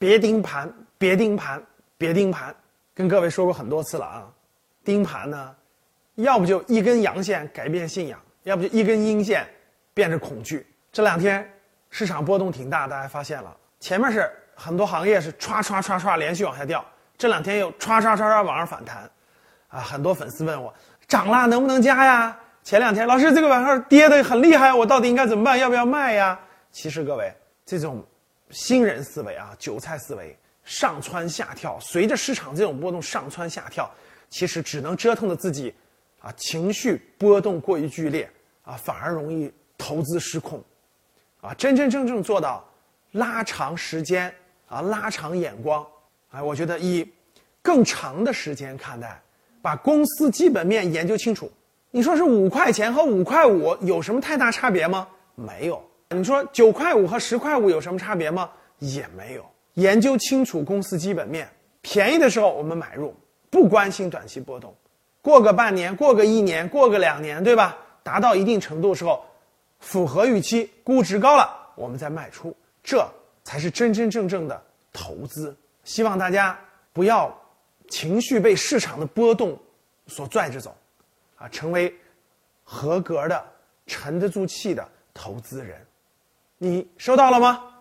别盯盘，别盯盘，别盯盘，跟各位说过很多次了啊。盯盘呢，要不就一根阳线改变信仰，要不就一根阴线变成恐惧。这两天市场波动挺大，大家发现了，前面是很多行业是歘连续往下掉，这两天又歘往上反弹，啊，很多粉丝问我涨了能不能加呀？前两天老师这个晚上跌得很厉害，我到底应该怎么办？要不要卖呀？其实各位，这种新人思维啊，韭菜思维，上蹿下跳，随着市场这种波动上蹿下跳，其实只能折腾的自己啊，情绪波动过于剧烈啊，反而容易投资失控啊。真正做到拉长时间啊，拉长眼光，哎，我觉得以更长的时间看待，把公司基本面研究清楚。你说是5块钱和5块5有什么太大差别吗？没有。你说9块5和10块5有什么差别吗？也没有。研究清楚公司基本面，便宜的时候我们买入，不关心短期波动，过个半年，过个1年，过个2年，对吧？达到一定程度的时候，符合预期，估值高了，我们再卖出，这才是真正的投资。希望大家不要情绪被市场的波动所拽着走，啊，成为合格的、沉得住气的投资人。你收到了吗？